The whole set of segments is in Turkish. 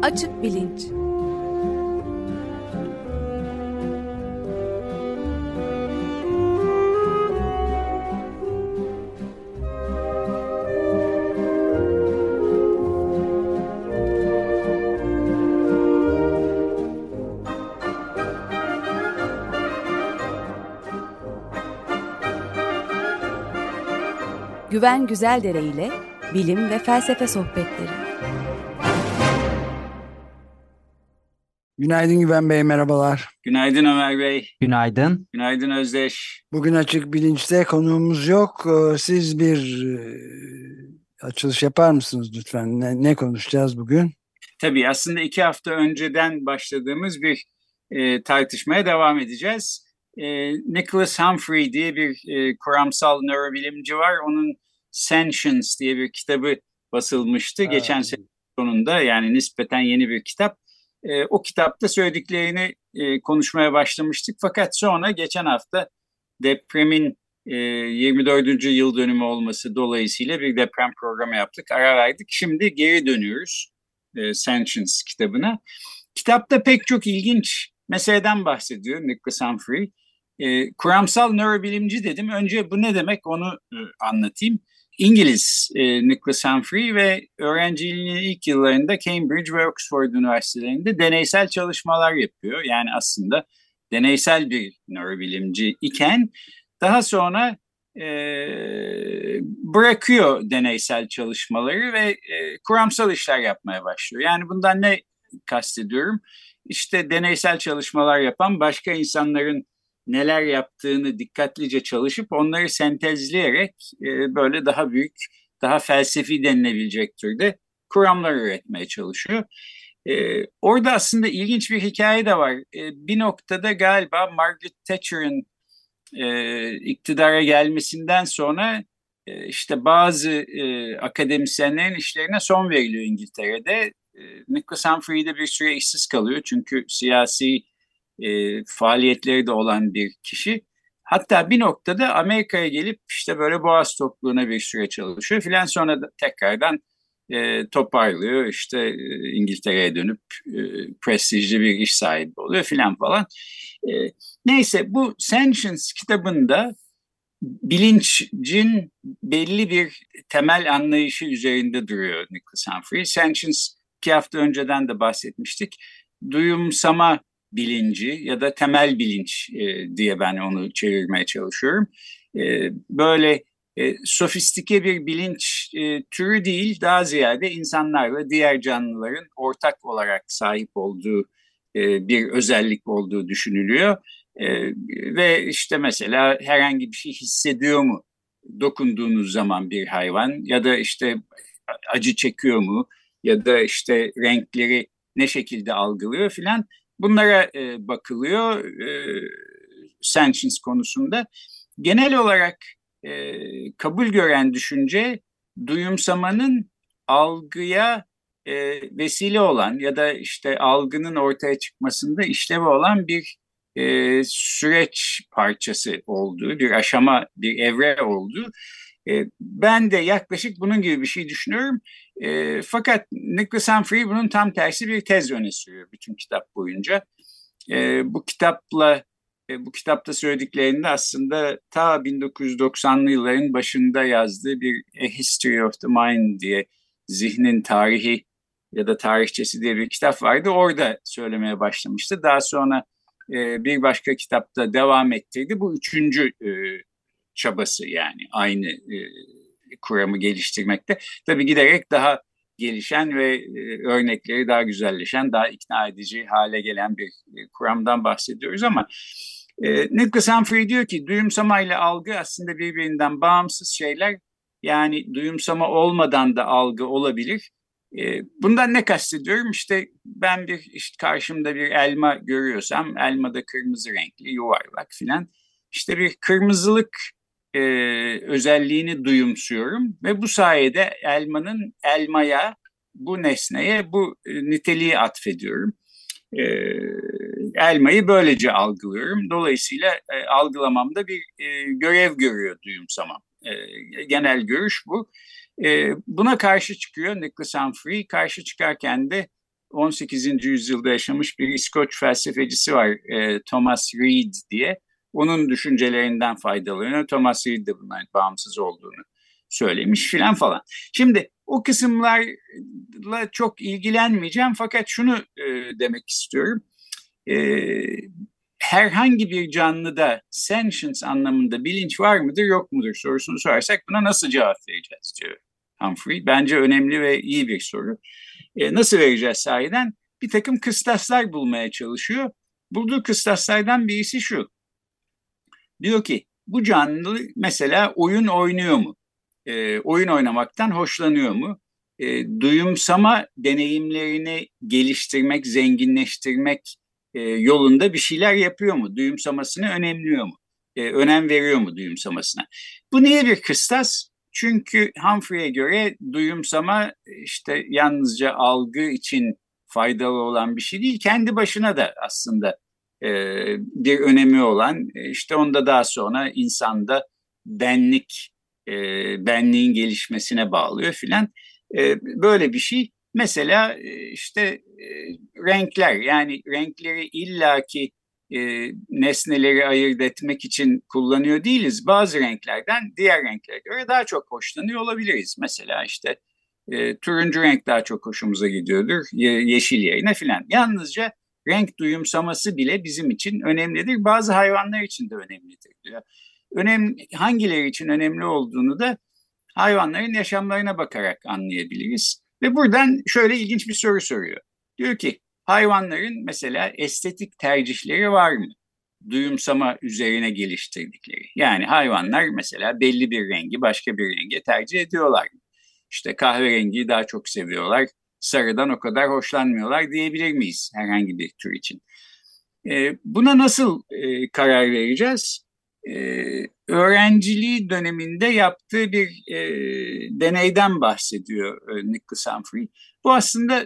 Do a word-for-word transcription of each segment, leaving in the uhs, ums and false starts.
Açık Bilinç. Güven Güzeldere ile bilim ve felsefe sohbetleri. Günaydın Güven Bey, merhabalar. Günaydın Ömer Bey. Günaydın. Günaydın Özdeş. Bugün Açık Bilinç'te konuğumuz yok. Siz bir e, açılış yapar mısınız lütfen? Ne, ne konuşacağız bugün? Tabii aslında iki hafta önceden başladığımız bir e, tartışmaya devam edeceğiz. E, Nicholas Humphrey diye bir e, kuramsal nörobilimci var. Onun Sentience diye bir kitabı basılmıştı. Evet. Geçen sene sonunda, yani nispeten yeni bir kitap. E, o kitapta söylediklerini e, konuşmaya başlamıştık. Fakat sonra geçen hafta depremin e, yirmi dördüncü yıl dönümü olması dolayısıyla bir deprem programı yaptık. Ara verdik. Şimdi geri dönüyoruz e, Sentience kitabına. Kitapta pek çok ilginç meseleden bahsediyor Nicholas Humphrey. E, kuramsal nörobilimci dedim. Önce bu ne demek onu e, anlatayım. İngiliz e, Nicholas Humphrey ve öğrenciliğinin ilk yıllarında Cambridge ve Oxford üniversitelerinde deneysel çalışmalar yapıyor. Yani aslında deneysel bir nörobilimci iken daha sonra e, bırakıyor deneysel çalışmaları ve e, kuramsal işler yapmaya başlıyor. Yani bundan ne kastediyorum? İşte deneysel çalışmalar yapan, başka insanların neler yaptığını dikkatlice çalışıp onları sentezleyerek e, böyle daha büyük, daha felsefi denilebilecek türde kuramlar üretmeye çalışıyor. E, orada aslında ilginç bir hikaye de var. E, bir noktada galiba Margaret Thatcher'ın e, iktidara gelmesinden sonra e, işte bazı e, akademisyenlerin işlerine son veriliyor İngiltere'de. E, Nicholas Humphrey de bir süre işsiz kalıyor çünkü siyasi e, faaliyetleri de olan bir kişi. Hatta bir noktada Amerika'ya gelip işte böyle Boğaz Tokluğu'na bir süre çalışıyor filan, sonra da tekrardan e, toparlıyor, işte e, İngiltere'ye dönüp e, prestijli bir iş sahibi oluyor filan falan. E, neyse, bu Sentience kitabında bilincin belli bir temel anlayışı üzerinde duruyor Nicholas Humphrey. Sentience iki hafta önceden de bahsetmiştik. Duyumsama bilinci ya da temel bilinç e, diye ben onu çevirmeye çalışıyorum. E, böyle e, sofistike bir bilinç e, türü değil, daha ziyade insanlarla diğer canlıların ortak olarak sahip olduğu e, bir özellik olduğu düşünülüyor. E, ve işte mesela herhangi bir şey hissediyor mu dokunduğunuz zaman bir hayvan, ya da işte acı çekiyor mu, ya da işte renkleri ne şekilde algılıyor filan, bunlara e, bakılıyor e, sentience konusunda. Genel olarak e, kabul gören düşünce, duyumsamanın algıya e, vesile olan ya da işte algının ortaya çıkmasında işlevi olan bir e, süreç parçası olduğu, bir aşama, bir evre olduğu. E, ben de yaklaşık bunun gibi bir şey düşünüyorum. E, fakat Nicholas Humphrey bunun tam tersi bir tez öne sürüyor bütün kitap boyunca. E, bu kitapla e, bu kitapta söylediklerinde aslında ta bin dokuz yüz doksanlı yılların başında yazdığı bir A History of the Mind diye, zihnin tarihi ya da tarihçesi diye bir kitap vardı. Orada söylemeye başlamıştı. Daha sonra e, bir başka kitapta devam ettirdi. Bu üçüncü e, çabası, yani aynı e, kuramı geliştirmekte. Tabii giderek daha gelişen ve e, örnekleri daha güzelleşen, daha ikna edici hale gelen bir e, kuramdan bahsediyoruz ama e, Nicholas Humphrey diyor ki duyumsama ile algı aslında birbirinden bağımsız şeyler. Yani duyumsama olmadan da algı olabilir. E, bundan ne kastediyorum? İşte ben bir işte karşımda bir elma görüyorsam, elma da kırmızı renkli, yuvarlak filan. İşte bir kırmızılık e, özelliğini duyumsuyorum ve bu sayede elmanın elmaya, bu nesneye bu e, niteliği atfediyorum. E, elmayı böylece algılıyorum. Dolayısıyla e, algılamamda bir e, görev görüyor duyumsamam. E, genel görüş bu. E, buna karşı çıkıyor Nicholas Humphrey. Karşı çıkarken de on sekizinci yüzyılda yaşamış bir İskoç felsefecisi var, e, Thomas Reid diye. Onun düşüncelerinden faydalanıyor. Thomas Reid de bunların bağımsız olduğunu söylemiş filan falan. Şimdi o kısımlarla çok ilgilenmeyeceğim fakat şunu e, demek istiyorum. E, herhangi bir canlıda sentience anlamında bilinç var mıdır yok mudur sorusunu sorarsak buna nasıl cevap vereceğiz diyor Humphrey. Bence önemli ve iyi bir soru. E, nasıl vereceğiz sahiden? Bir takım kıstaslar bulmaya çalışıyor. Bulduğu kıstaslardan birisi şu. Diyor ki bu canlı mesela oyun oynuyor mu? E, oyun oynamaktan hoşlanıyor mu? E, duyumsama deneyimlerini geliştirmek, zenginleştirmek e, yolunda bir şeyler yapıyor mu? Duyumsamasını önemliyor mu? E, önem veriyor mu duyumsamasına? Bu niye bir kıstas? Çünkü Humphrey'e göre duyumsama işte yalnızca algı için faydalı olan bir şey değil. Kendi başına da aslında e, bir önemi olan, e, işte onda daha sonra insanda benlik, e, benliğin gelişmesine bağlıyor filan. E, böyle bir şey. Mesela e, işte e, renkler, yani renkleri illaki e, nesneleri ayırt etmek için kullanıyor değiliz. Bazı renklerden diğer renklere göre daha çok hoşlanıyor olabiliriz. Mesela işte e, turuncu renk daha çok hoşumuza gidiyordur, ye, yeşil yerine filan. Yalnızca renk duyumsaması bile bizim için önemlidir. Bazı hayvanlar için de önemlidir diyor. Önemli, hangileri için önemli olduğunu da hayvanların yaşamlarına bakarak anlayabiliriz. Ve buradan şöyle ilginç bir soru soruyor. Diyor ki hayvanların mesela estetik tercihleri var mı? Duyumsama üzerine geliştirdikleri. Yani hayvanlar mesela belli bir rengi başka bir renge tercih ediyorlar mı? İşte kahverengiyi daha çok seviyorlar, sarıdan o kadar hoşlanmıyorlar diyebilir miyiz herhangi bir tür için? E, buna nasıl e, karar vereceğiz? E, öğrenciliği döneminde yaptığı bir e, deneyden bahsediyor e, Nicholas Humphrey. Bu aslında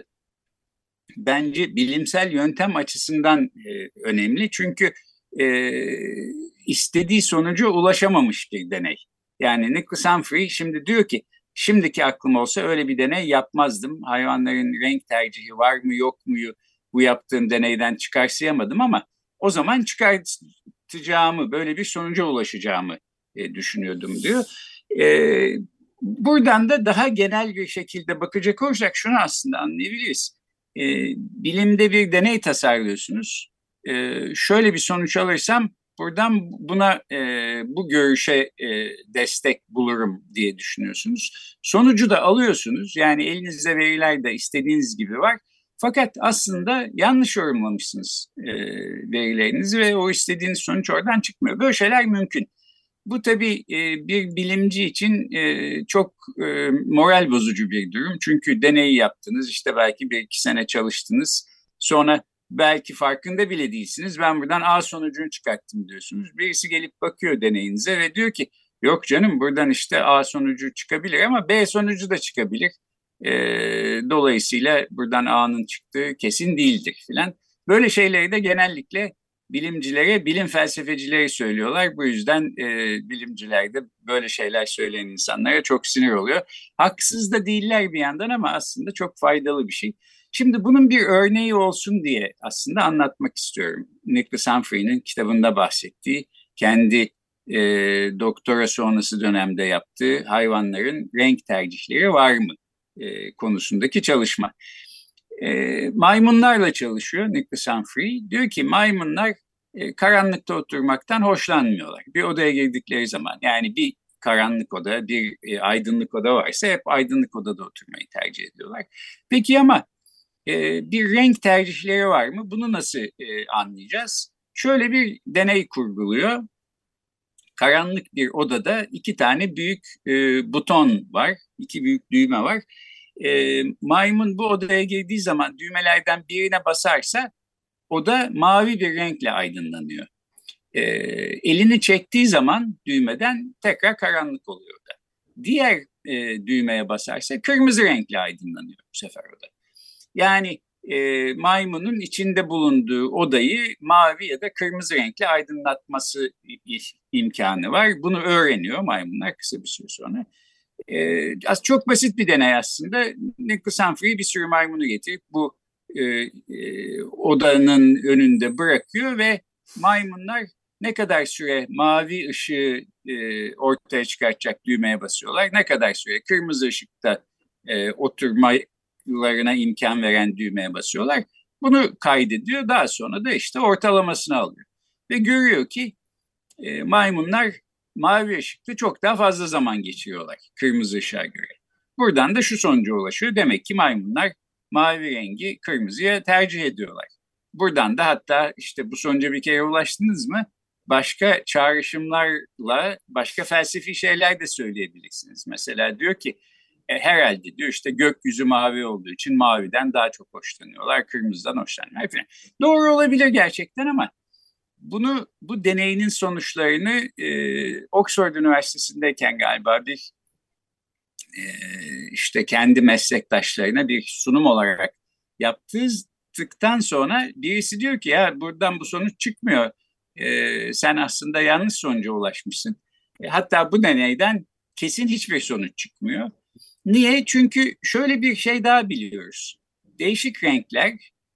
bence bilimsel yöntem açısından e, önemli. Çünkü e, istediği sonuca ulaşamamış bir deney. Yani Nicholas Humphrey şimdi diyor ki, şimdiki aklım olsa öyle bir deney yapmazdım. Hayvanların renk tercihi var mı yok mu bu yaptığım deneyden çıkarsayamadım ama o zaman çıkartacağımı, böyle bir sonuca ulaşacağımı e, düşünüyordum diyor. E, buradan da daha genel bir şekilde bakacak olursak şunu aslında anlayabiliriz. E, bilimde bir deney tasarlıyorsunuz. E, şöyle bir sonuç alırsam buradan buna e, bu görüşe e, destek bulurum diye düşünüyorsunuz. Sonucu da alıyorsunuz. Yani elinizde veriler de istediğiniz gibi var. Fakat aslında yanlış yorumlamışsınız e, verilerinizi ve o istediğiniz sonuç oradan çıkmıyor. Böyle şeyler mümkün. Bu tabii e, bir bilimci için e, çok e, moral bozucu bir durum. Çünkü deneyi yaptınız, işte belki bir iki sene çalıştınız. Sonra belki farkında bile değilsiniz. Ben buradan A sonucunu çıkarttım diyorsunuz. Birisi gelip bakıyor deneyinize ve diyor ki yok canım buradan işte A sonucu çıkabilir ama B sonucu da çıkabilir. E, dolayısıyla buradan A'nın çıktığı kesin değildir filan. Böyle şeyleri de genellikle bilimcilere, bilim felsefecileri söylüyorlar. Bu yüzden e, bilimciler de böyle şeyler söyleyen insanlara çok sinir oluyor. Haksız da değiller bir yandan ama aslında çok faydalı bir şey. Şimdi bunun bir örneği olsun diye aslında anlatmak istiyorum. Nicholas Humphrey'nin kitabında bahsettiği, kendi e, doktora sonrası dönemde yaptığı hayvanların renk tercihleri var mı e, konusundaki çalışma. E, maymunlarla çalışıyor Nicholas Humphrey. Diyor ki maymunlar e, karanlıkta oturmaktan hoşlanmıyorlar. Bir odaya girdikleri zaman, yani bir karanlık oda, bir e, aydınlık oda varsa hep aydınlık odada oturmayı tercih ediyorlar. Peki ama e, bir renk tercihleri var mı? Bunu nasıl e, anlayacağız? Şöyle bir deney kurguluyor. Karanlık bir odada iki tane büyük e, buton var, iki büyük düğme var. E, maymun bu odaya girdiği zaman düğmelerden birine basarsa oda mavi bir renkle aydınlanıyor. E, elini çektiği zaman düğmeden tekrar karanlık oluyor da. Diğer e, düğmeye basarsa kırmızı renkle aydınlanıyor bu sefer oda. Yani e, maymunun içinde bulunduğu odayı mavi ya da kırmızı renkle aydınlatması imkanı var. Bunu öğreniyor maymunlar kısa bir süre sonra. E, çok basit bir deney aslında. Nicholas Humphrey bir sürü maymunu getirip bu e, e, odanın önünde bırakıyor ve maymunlar ne kadar süre mavi ışığı e, ortaya çıkartacak düğmeye basıyorlar, ne kadar süre kırmızı ışıkta e, oturmalarına imkan veren düğmeye basıyorlar. Bunu kaydediyor. Daha sonra da işte ortalamasını alıyor. Ve görüyor ki e, maymunlar mavi ışıkta çok daha fazla zaman geçiriyorlar kırmızı ışığa göre. Buradan da şu sonuca ulaşıyor. Demek ki maymunlar mavi rengi kırmızıya tercih ediyorlar. Buradan da hatta işte bu sonuca bir kere ulaştınız mı başka çağrışımlarla başka felsefi şeyler de söyleyebilirsiniz. Mesela diyor ki e, herhalde diyor işte gökyüzü mavi olduğu için maviden daha çok hoşlanıyorlar, kırmızıdan hoşlanmıyorlar falan. Doğru olabilir gerçekten ama bunu bu deneyinin sonuçlarını e, Oxford Üniversitesi'ndeyken galiba bir e, işte kendi meslektaşlarına bir sunum olarak yaptıktan sonra birisi diyor ki ya buradan bu sonuç çıkmıyor. E, sen aslında yanlış sonuca ulaşmışsın. E, hatta bu deneyden kesin hiçbir sonuç çıkmıyor. Niye? Çünkü şöyle bir şey daha biliyoruz. Değişik renkler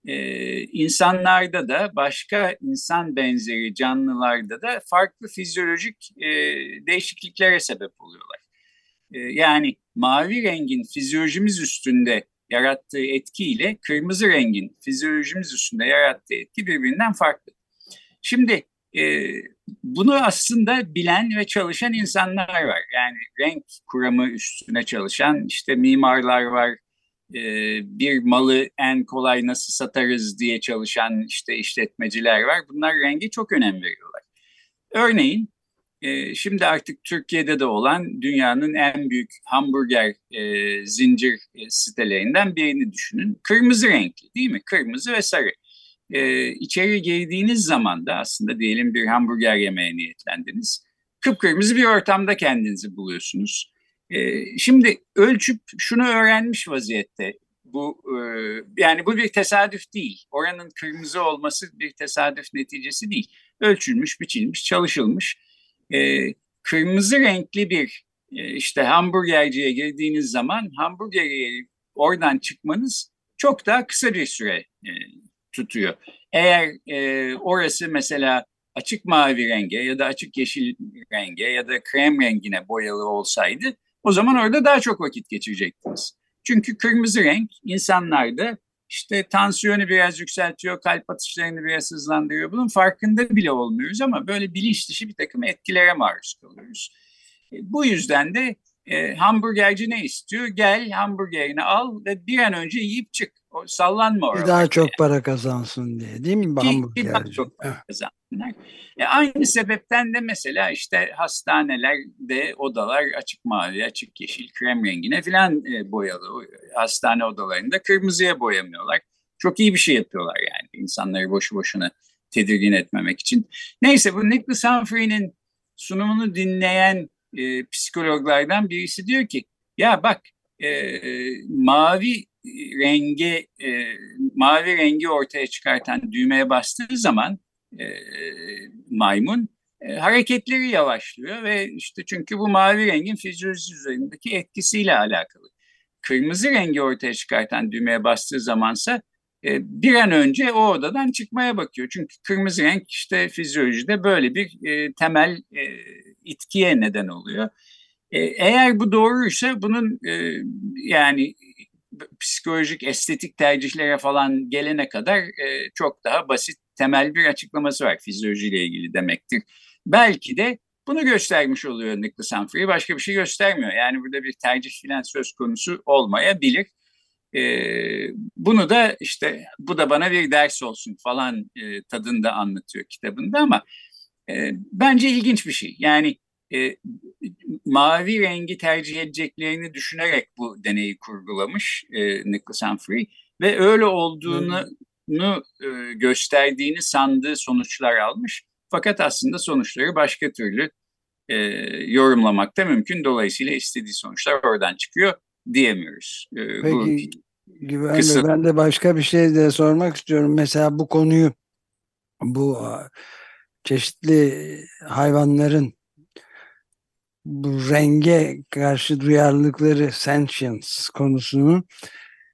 e, insanlarda da başka insan benzeri canlılarda da farklı fizyolojik e, değişikliklere sebep oluyorlar. E, yani mavi rengin fizyolojimiz üstünde yarattığı etkiyle kırmızı rengin fizyolojimiz üstünde yarattığı etki birbirinden farklı. Şimdi e, bunu aslında bilen ve çalışan insanlar var. Yani renk kuramı üstüne çalışan işte mimarlar var. E, bir malı en kolay nasıl satarız diye çalışan işte işletmeciler var. Bunlar renge çok önem veriyorlar. Örneğin e, şimdi artık Türkiye'de de olan dünyanın en büyük hamburger e, zincir e, sitelerinden birini düşünün. Kırmızı renkli değil mi? Kırmızı ve sarı. Ee, içeri girdiğiniz zaman da aslında diyelim bir hamburger yemeye niyetlendiniz. Kıpkırmızı bir ortamda kendinizi buluyorsunuz. Ee, şimdi ölçüp şunu öğrenmiş vaziyette. Bu e, yani bu bir tesadüf değil. Oranın kırmızı olması bir tesadüf neticesi değil. Ölçülmüş, biçilmiş, çalışılmış. Ee, kırmızı renkli bir e, işte hamburgerciye girdiğiniz zaman hamburgeri oradan çıkmanız çok daha kısa bir süre e, tutuyor. Eğer e, orası mesela açık mavi renge ya da açık yeşil renge ya da krem rengine boyalı olsaydı o zaman orada daha çok vakit geçirecektiniz. Çünkü kırmızı renk insanlarda işte tansiyonu biraz yükseltiyor, kalp atışlarını biraz hızlandırıyor. Bunun farkında bile olmuyoruz ama böyle bilinç dışı bir takım etkilere maruz kalıyoruz. E, bu yüzden de e, hamburgerci ne istiyor? Gel hamburgerini al ve bir an önce yiyip çık. O, sallanma Ki daha oralarda çok yani. para kazansın diye değil mi bu Ki, ki daha hamburgerci? çok para kazanlar. E, aynı sebepten de mesela işte hastanelerde odalar açık mavi, açık yeşil, krem rengine falan e, boyalı. Hastane odalarında kırmızıya boyamıyorlar. Çok iyi bir şey yapıyorlar yani insanları boşu boşuna tedirgin etmemek için. Neyse bu Nicholas Humphrey'nin sunumunu dinleyen e, psikologlardan birisi diyor ki ya bak e, mavi renge e, mavi rengi ortaya çıkartan düğmeye bastığı zaman e, maymun e, hareketleri yavaşlıyor ve işte çünkü bu mavi rengin fizyolojisi üzerindeki etkisiyle alakalı. Kırmızı rengi ortaya çıkartan düğmeye bastığı zamansa e, bir an önce o odadan çıkmaya bakıyor. Çünkü kırmızı renk işte fizyolojide böyle bir e, temel e, itkiye neden oluyor. E, eğer bu doğruysa bunun e, yani psikolojik, estetik tercihlere falan gelene kadar e, çok daha basit, temel bir açıklaması var fizyolojiyle ilgili demektir. Belki de bunu göstermiş oluyor Nicholas Humphrey. Başka bir şey göstermiyor. Yani burada bir tercih filan söz konusu olmayabilir. E, bunu da işte bu da bana bir ders olsun falan e, tadında anlatıyor kitabında ama e, bence ilginç bir şey. Yani e, mavi rengi tercih edeceklerini düşünerek bu deneyi kurgulamış e, Nicholas Humphrey ve öyle olduğunu e, gösterdiğini sandığı sonuçlar almış. Fakat aslında sonuçları başka türlü e, yorumlamak da mümkün. Dolayısıyla istediği sonuçlar oradan çıkıyor diyemiyoruz. E, bu Peki Güven Bey, kısa. ben de başka bir şey de sormak istiyorum. Mesela bu konuyu, bu çeşitli hayvanların bu renge karşı duyarlılıkları, sentience konusunu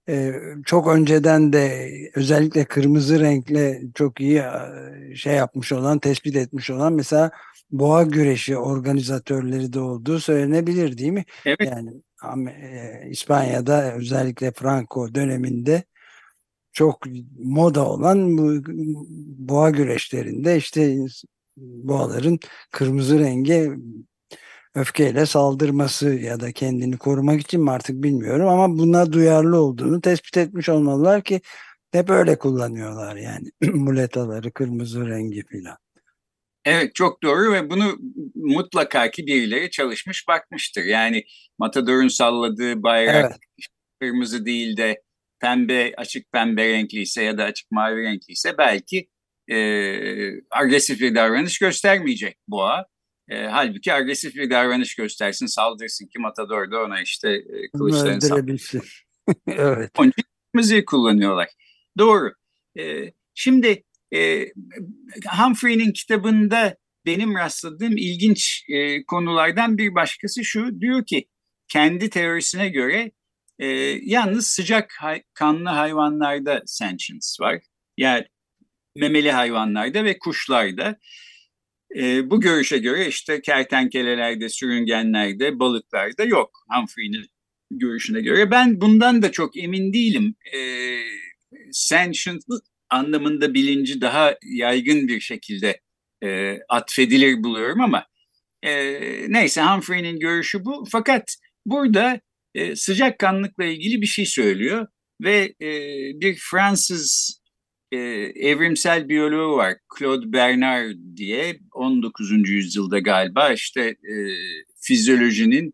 e, çok önceden de özellikle kırmızı renkle çok iyi e, şey yapmış olan, tespit etmiş olan mesela boğa güreşi organizatörleri de olduğu söylenebilir, değil mi? Evet, Yani Am- e, İspanya'da özellikle Franco döneminde çok moda olan bu boğa güreşlerinde işte boğaların kırmızı renge öfkeyle saldırması ya da kendini korumak için mi artık bilmiyorum, ama buna duyarlı olduğunu tespit etmiş olmalılar ki hep öyle kullanıyorlar yani muletaları kırmızı rengi filan. evet çok doğru ve bunu mutlaka ki birileri çalışmış bakmıştır. Yani Matador'un salladığı bayrak Evet. kırmızı değil de pembe, açık pembe renkliyse ya da açık mavi renkliyse belki e, agresif bir davranış göstermeyecek boğa. E, halbuki agresif bir davranış göstersin, saldırsın ki Matador da ona işte e, Onu kılıçlarını saldırsın. öldürebilsin. Evet. Onun için kırmızıyı kullanıyorlar. Doğru. E, şimdi e, Humphrey'nin kitabında benim rastladığım ilginç e, konulardan bir başkası şu. Diyor ki kendi teorisine göre e, yalnız sıcak hay- kanlı hayvanlarda sentience var. Yani memeli hayvanlarda ve kuşlarda. E, bu görüşe göre işte kertenkelelerde, sürüngenlerde, balıklarda yok Humphrey'nin görüşüne göre. Ben bundan da çok emin değilim. E, sentient anlamında bilinci daha yaygın bir şekilde e, atfedilir buluyorum ama e, neyse Humphrey'nin görüşü bu. Fakat burada e, sıcakkanlılıkla ilgili bir şey söylüyor ve e, bir Fransız e, evrimsel biyoloğu var Claude Bernard diye on dokuzuncu yüzyılda galiba işte e, fizyolojinin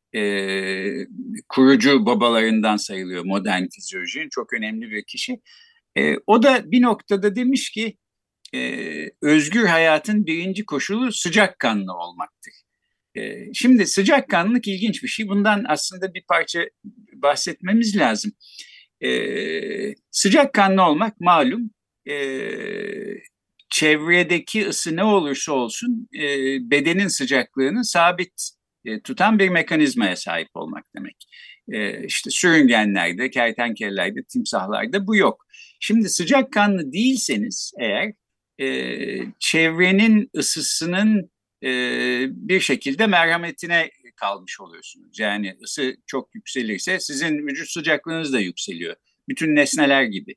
e, kurucu babalarından sayılıyor modern fizyolojinin çok önemli bir kişi. E, o da bir noktada demiş ki e, özgür hayatın birinci koşulu sıcakkanlı olmaktır. E, şimdi sıcakkanlılık ilginç bir şey. Bundan aslında bir parça bahsetmemiz lazım. E, sıcakkanlı olmak malum e, çevredeki ısı ne olursa olsun e, bedenin sıcaklığını sabit e, tutan bir mekanizmaya sahip olmak demek. E, işte sürüngenlerde, kertenkelelerde, timsahlarda bu yok. Şimdi sıcakkanlı değilseniz eğer e, çevrenin ısısının e, bir şekilde merhametine kalmış oluyorsunuz. Yani ısı çok yükselirse sizin vücut sıcaklığınız da yükseliyor. Bütün nesneler gibi.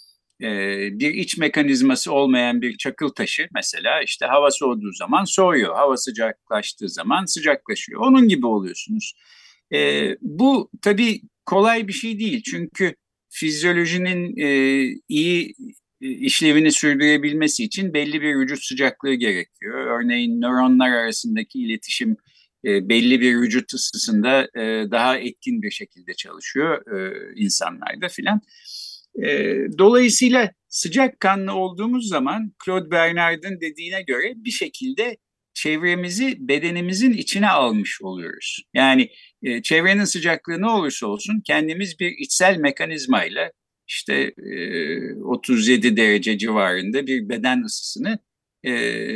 Ee, bir iç mekanizması olmayan bir çakıl taşı mesela işte hava soğuduğu zaman soğuyor. Hava sıcaklaştığı zaman sıcaklaşıyor. Onun gibi oluyorsunuz. Ee, bu tabii kolay bir şey değil. Çünkü fizyolojinin e, iyi e, işlevini sürdürebilmesi için belli bir vücut sıcaklığı gerekiyor. Örneğin nöronlar arasındaki iletişim e, belli bir vücut ısısında e, daha etkin bir şekilde çalışıyor e, insanlarda filan. E, dolayısıyla sıcakkanlı olduğumuz zaman Claude Bernard'ın dediğine göre bir şekilde çevremizi bedenimizin içine almış oluyoruz. Yani e, çevrenin sıcaklığı ne olursa olsun kendimiz bir içsel mekanizmayla işte e, otuz yedi derece civarında bir beden ısısını e,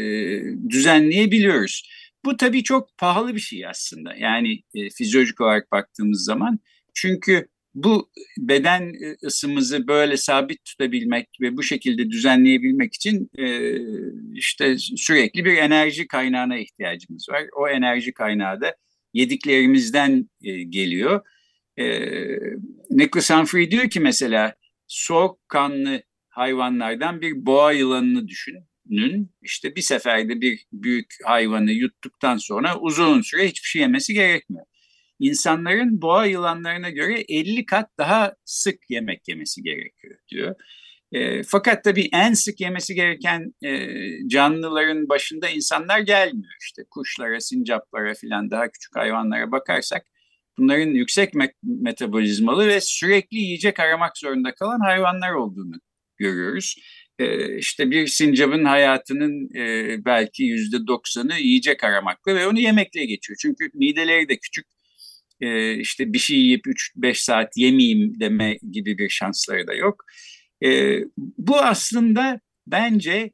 düzenleyebiliyoruz. Bu tabii çok pahalı bir şey aslında. Yani e, fizyolojik olarak baktığımız zaman. Çünkü bu beden ısımızı böyle sabit tutabilmek ve bu şekilde düzenleyebilmek için e, işte sürekli bir enerji kaynağına ihtiyacımız var. O enerji kaynağı da yediklerimizden e, geliyor. E, Nicholas Humphrey diyor ki mesela soğukkanlı hayvanlardan bir boğa yılanını düşünün. İşte bir seferde bir büyük hayvanı yuttuktan sonra uzun süre hiçbir şey yemesi gerekmiyor. İnsanların boğa yılanlarına göre elli kat daha sık yemek yemesi gerekiyor diyor. E, fakat tabii en sık yemesi gereken e, canlıların başında insanlar gelmiyor. İşte kuşlara, sincaplara filan daha küçük hayvanlara bakarsak bunların yüksek me- metabolizmalı ve sürekli yiyecek aramak zorunda kalan hayvanlar olduğunu görüyoruz. E, işte bir sincapın hayatının e, belki yüzde doksanı yiyecek aramakla ve onu yemekle geçiyor. Çünkü mideleri de küçük e, işte bir şey yiyip üç beş saat yemeyeyim deme gibi bir şansları da yok. E, bu aslında bence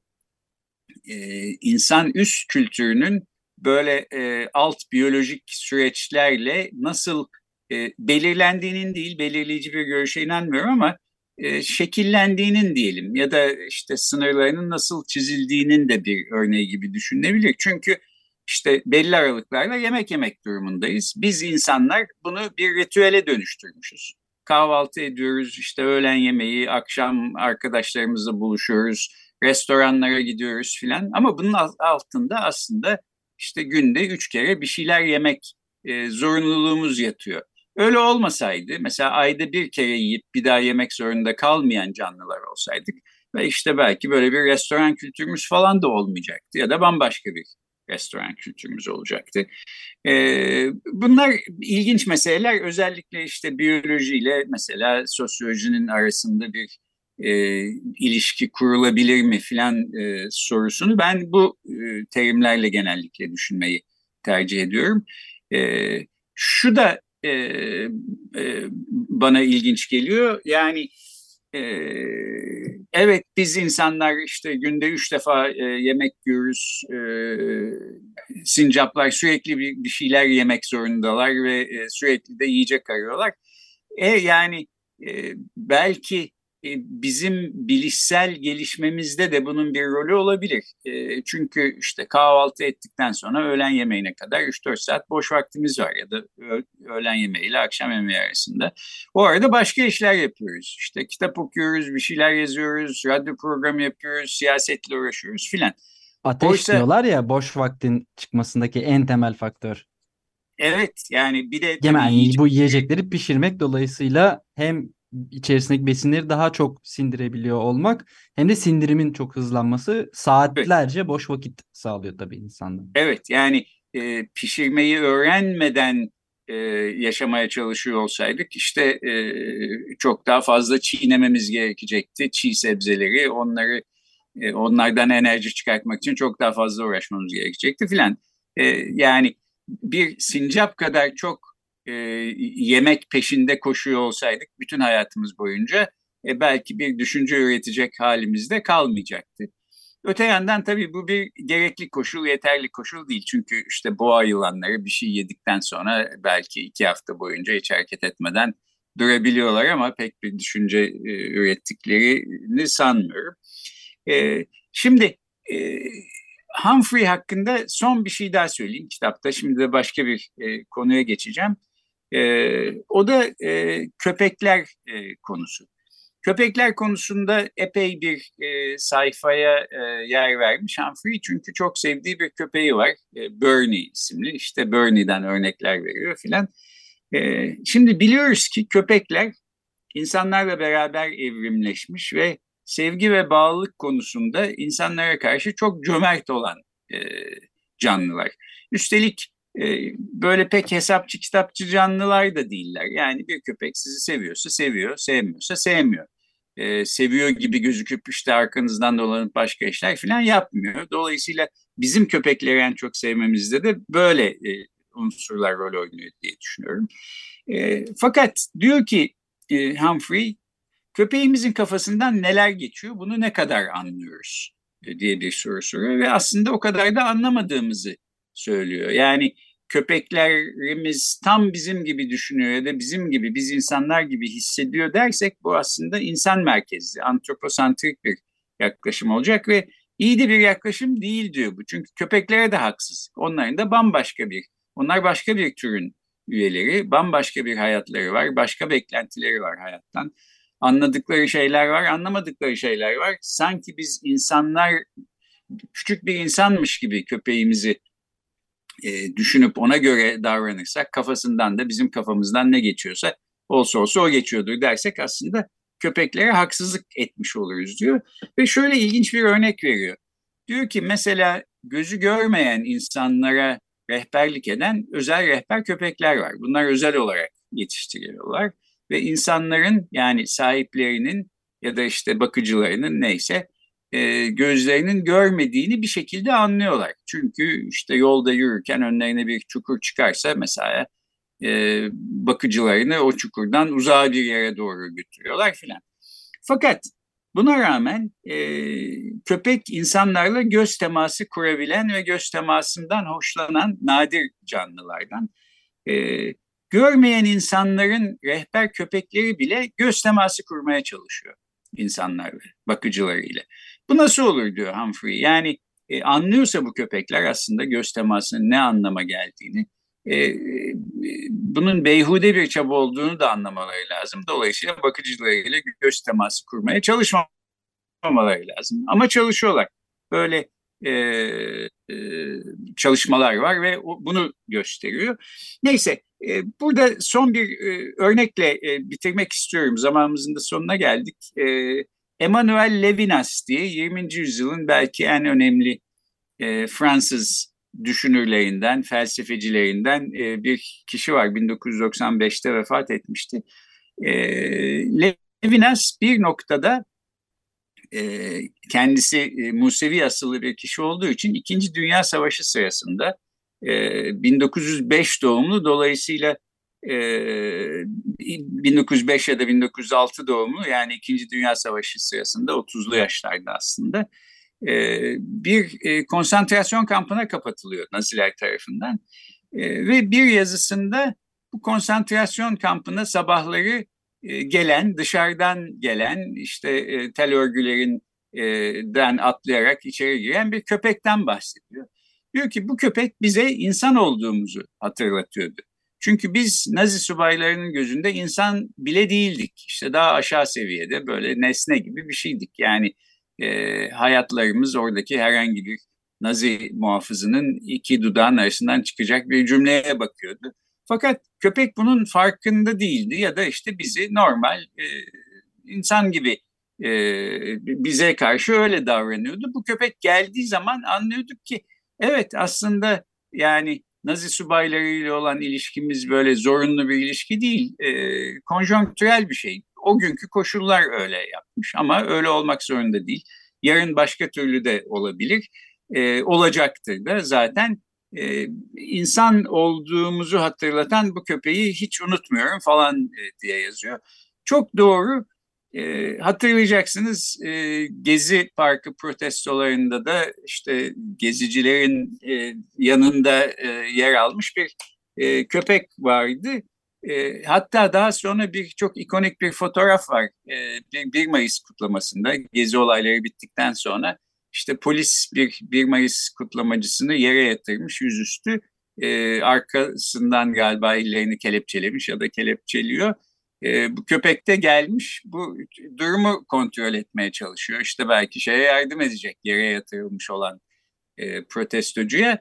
e, insan üst kültürünün böyle e, alt biyolojik süreçlerle nasıl e, belirlendiğinin değil, belirleyici bir görüşe inanmıyorum ama e, şekillendiğinin diyelim ya da işte sınırlarının nasıl çizildiğinin de bir örneği gibi düşünülebilir. Çünkü işte belli aralıklarla yemek yemek durumundayız. Biz insanlar bunu bir ritüele dönüştürmüşüz. Kahvaltı ediyoruz, işte öğlen yemeği, akşam arkadaşlarımızla buluşuyoruz, restoranlara gidiyoruz filan. Ama bunun altında aslında işte günde üç kere bir şeyler yemek e, zorunluluğumuz yatıyor. Öyle olmasaydı, mesela ayda bir kere yiyip bir daha yemek zorunda kalmayan canlılar olsaydık ve işte belki böyle bir restoran kültürümüz falan da olmayacaktı ya da bambaşka bir restoran kültürümüz olacaktı. Ee, bunlar ilginç meseleler. Özellikle işte biyolojiyle mesela sosyolojinin arasında bir e, ilişki kurulabilir mi filan e, sorusunu ben bu e, terimlerle genellikle düşünmeyi tercih ediyorum. E, şu da e, e, bana ilginç geliyor. Yani e, evet biz insanlar işte günde üç defa e, yemek yiyoruz. E, sincaplar sürekli bir, bir şeyler yemek zorundalar ve e, sürekli de yiyecek arıyorlar. E yani e, belki e, bizim bilişsel gelişmemizde de bunun bir rolü olabilir. E, çünkü işte kahvaltı ettikten sonra öğlen yemeğine kadar üç dört saat boş vaktimiz var ya da öğlen yemeği ile akşam yemeği arasında. O arada başka işler yapıyoruz. İşte kitap okuyoruz, bir şeyler yazıyoruz, radyo programı yapıyoruz, siyasetle uğraşıyoruz filan. Ateş Oysa diyorlar ya, boş vaktin çıkmasındaki en temel faktör. evet yani bir de tabii Yani yiyecek. bu yiyecekleri pişirmek, dolayısıyla hem içerisindeki besinleri daha çok sindirebiliyor olmak hem de sindirimin çok hızlanması saatlerce boş vakit sağlıyor tabii insanlara. Evet yani e, pişirmeyi öğrenmeden e, yaşamaya çalışıyor olsaydık işte e, çok daha fazla çiğnememiz gerekecekti. Çiğ sebzeleri onları e, onlardan enerji çıkartmak için çok daha fazla uğraşmamız gerekecekti filan. E, yani bir sincap kadar çok e, yemek peşinde koşuyor olsaydık bütün hayatımız boyunca e, belki bir düşünce üretecek halimizde kalmayacaktı. Öte yandan tabii bu bir gerekli koşul, yeterli koşul değil. Çünkü işte boğa yılanları bir şey yedikten sonra belki iki hafta boyunca hiç hareket etmeden durabiliyorlar ama pek bir düşünce e, ürettiklerini sanmıyorum. E, şimdi e, Humphrey hakkında son bir şey daha söyleyeyim kitapta. Şimdi de başka bir e, konuya geçeceğim. E, o da e, köpekler e, konusu. Köpekler konusunda epey bir e, sayfaya e, yer vermiş Humphrey çünkü çok sevdiği bir köpeği var. E, Bernie isimli. İşte Bernie'den örnekler veriyor filan. E, şimdi biliyoruz ki köpekler insanlarla beraber evrimleşmiş ve sevgi ve bağlılık konusunda insanlara karşı çok cömert olan e, canlılar. Üstelik e, böyle pek hesapçı kitapçı canlılar da değiller. Yani bir köpek sizi seviyorsa seviyor, sevmiyorsa sevmiyor. E, seviyor gibi gözüküp işte arkanızdan dolanıp başka işler falan yapmıyor. Dolayısıyla bizim köpekleri en çok sevmemizde de böyle e, unsurlar rol oynuyor diye düşünüyorum. E, fakat diyor ki e, Humphrey, köpeğimizin kafasından neler geçiyor, bunu ne kadar anlıyoruz e, diye bir soru soruyor ve aslında o kadar da anlamadığımızı söylüyor. Yani köpeklerimiz tam bizim gibi düşünüyor ya da bizim gibi, biz insanlar gibi hissediyor dersek bu aslında insan merkezli, antroposantrik bir yaklaşım olacak ve iyi de bir yaklaşım değil diyor bu. Çünkü köpeklere de haksız. Onların da bambaşka bir, onlar başka bir türün üyeleri, bambaşka bir hayatları var, başka beklentileri var hayattan. Anladıkları şeyler var, anlamadıkları şeyler var. Sanki biz insanlar, küçük bir insanmış gibi köpeğimizi e, düşünüp ona göre davranırsak, kafasından da bizim kafamızdan ne geçiyorsa olsa olsa o geçiyordur dersek aslında köpeklere haksızlık etmiş oluruz diyor. Ve şöyle ilginç bir örnek veriyor. Diyor ki mesela gözü görmeyen insanlara rehberlik eden özel rehber köpekler var. Bunlar özel olarak yetiştiriliyorlar ve insanların yani sahiplerinin ya da işte bakıcılarının neyse e, gözlerinin görmediğini bir şekilde anlıyorlar. Çünkü işte yolda yürürken önlerine bir çukur çıkarsa mesela e, bakıcılarını o çukurdan uzağa bir yere doğru götürüyorlar filan. Fakat buna rağmen e, köpek insanlarla göz teması kurabilen ve göz temasından hoşlanan nadir canlılardan. E, görmeyen insanların rehber köpekleri bile göz teması kurmaya çalışıyor insanlarla, bakıcılarıyla. Bu nasıl olur diyor Humphrey. Yani e, anlıyorsa bu köpekler aslında göz temasının ne anlama geldiğini, e, e, bunun beyhude bir çaba olduğunu da anlamaları lazım. Dolayısıyla bakıcılarıyla göz teması kurmaya çalışmamaları lazım. Ama çalışıyorlar. Böyle e, e, çalışmalar var ve o, bunu gösteriyor. Neyse, e, burada son bir e, örnekle e, bitirmek istiyorum. Zamanımızın da sonuna geldik. E, Emmanuel Levinas diye yirminci yüzyılın belki en önemli e, Fransız düşünürlerinden, felsefecilerinden e, bir kişi var. bin dokuz yüz doksan beşte vefat etmişti. E, Levinas bir noktada e, kendisi e, Musevi asıllı bir kişi olduğu için İkinci Dünya Savaşı sırasında e, bin dokuz yüz beş doğumlu, dolayısıyla e, bin dokuz yüz beş ya da bin dokuz yüz altı doğumlu, yani İkinci Dünya Savaşı sırasında otuzlu yaşlarda aslında e, bir e, konsantrasyon kampına kapatılıyor Naziler tarafından. E, ve bir yazısında bu konsantrasyon kampına sabahları e, gelen, dışarıdan gelen, işte e, tel örgülerinden atlayarak içeri giren bir köpekten bahsediyor. Diyor ki bu köpek bize insan olduğumuzu hatırlatıyordu. Çünkü biz Nazi subaylarının gözünde insan bile değildik. İşte daha aşağı seviyede böyle nesne gibi bir şeydik. Yani e, hayatlarımız oradaki herhangi bir Nazi muhafızının iki dudağın arasından çıkacak bir cümleye bakıyordu. Fakat köpek bunun farkında değildi ya da işte bizi normal e, insan gibi e, bize karşı öyle davranıyordu. Bu köpek geldiği zaman anlıyorduk ki evet, aslında yani Nazi subaylarıyla olan ilişkimiz böyle zorunlu bir ilişki değil, e, konjonktürel bir şey. O günkü koşullar öyle yapmış ama öyle olmak zorunda değil. Yarın başka türlü de olabilir, e, olacaktır da zaten. E, insan olduğumuzu hatırlatan bu köpeği hiç unutmuyorum falan e, diye yazıyor. Çok doğru. E, hatırlayacaksınız, e, Gezi Parkı protestolarında da işte gezicilerin e, yanında e, yer almış bir e, köpek vardı. E, hatta daha sonra bir çok ikonik bir fotoğraf var. E, bir, bir Mayıs kutlamasında, Gezi olayları bittikten sonra işte polis bir 1 Mayıs kutlamacısını yere yatırmış yüzüstü. E, arkasından galiba ellerini kelepçelemiş ya da kelepçeliyor. E, bu köpek de gelmiş, bu durumu kontrol etmeye çalışıyor. İşte belki şeye yardım edecek, yere yatırılmış olan e, protestocuya.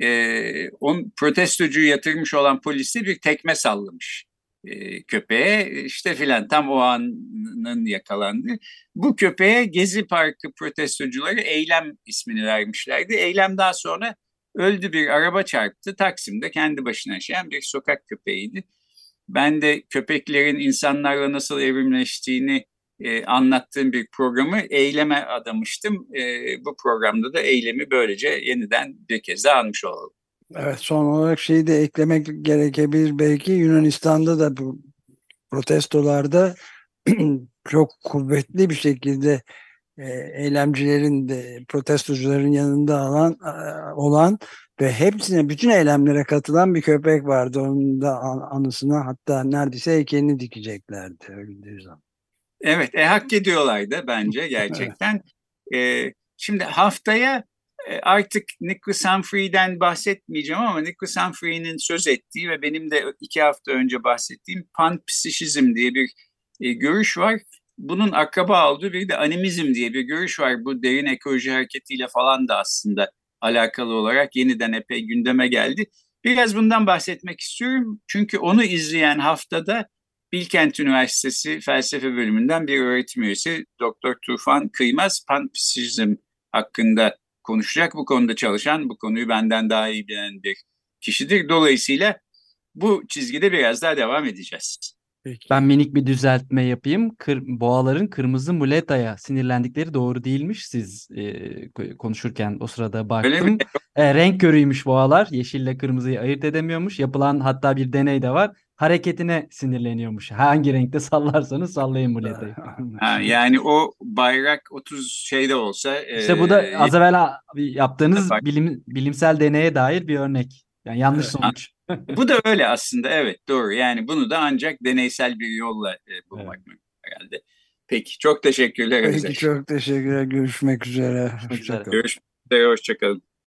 E, on, protestocuyu yatırmış olan polisi bir tekme sallamış e, köpeğe, işte filan, tam o anın yakalandı. Bu köpeğe Gezi Parkı protestocuları Eylem ismini vermişlerdi. Eylem daha sonra öldü, bir araba çarptı. Taksim'de kendi başına yaşayan bir sokak köpeğiydi. Ben de köpeklerin insanlarla nasıl evrimleştiğini e, anlattığım bir programı Eylem'e adamıştım. E, bu programda da Eylem'i böylece yeniden bir kez daha anmış olalım. Evet, son olarak şeyi de eklemek gerekebilir belki. Yunanistan'da da bu protestolarda çok kuvvetli bir şekilde e, eylemcilerin de protestocuların yanında alan, e, olan ve hepsine, bütün eylemlere katılan bir köpek vardı. Onun da an, anısına hatta neredeyse heykelini dikeceklerdi öldüğü zaman. Evet, e, hak ediyorlardı bence gerçekten. Evet. E, şimdi haftaya e, artık Nicholas Humphrey'den bahsetmeyeceğim ama Nicholas Humphrey'nin söz ettiği ve benim de iki hafta önce bahsettiğim panpsişizm diye bir e, görüş var. Bunun akraba olduğu bir de animizm diye bir görüş var. Bu derin ekoloji hareketiyle falan da aslında alakalı olarak yeniden epey gündeme geldi. Biraz bundan bahsetmek istiyorum. Çünkü onu izleyen haftada Bilkent Üniversitesi Felsefe Bölümünden bir öğretim üyesi Doktor Tufan Kıymaz panpsişizm hakkında konuşacak. Bu konuda çalışan, bu konuyu benden daha iyi bilen bir kişidir. Dolayısıyla bu çizgide biraz daha devam edeceğiz. Peki. Ben minik bir düzeltme yapayım. Kır, boğaların kırmızı muletaya sinirlendikleri doğru değilmiş. Siz e, konuşurken o sırada baktım. E, renk körüymüş boğalar. Yeşille kırmızıyı ayırt edemiyormuş. Yapılan hatta bir deney de var. Hareketine sinirleniyormuş. Hangi renkte sallarsanız sallayın muletayı. Ha, yani o bayrak otuz şeyde olsa. İşte bu da e, az evvel yaptığınız bak, bilim, bilimsel deneye dair bir örnek. Yani yanlış Evet. sonuç. Bu da öyle aslında, evet, doğru. Yani bunu da ancak deneysel bir yolla e, bulmak Evet. mümkün herhalde. Peki, çok teşekkürler Peki Özdeş. çok teşekkürler. Görüşmek üzere. Görüşmek Hoşça üzere. kalın. Görüşmek üzere, hoşça kalın.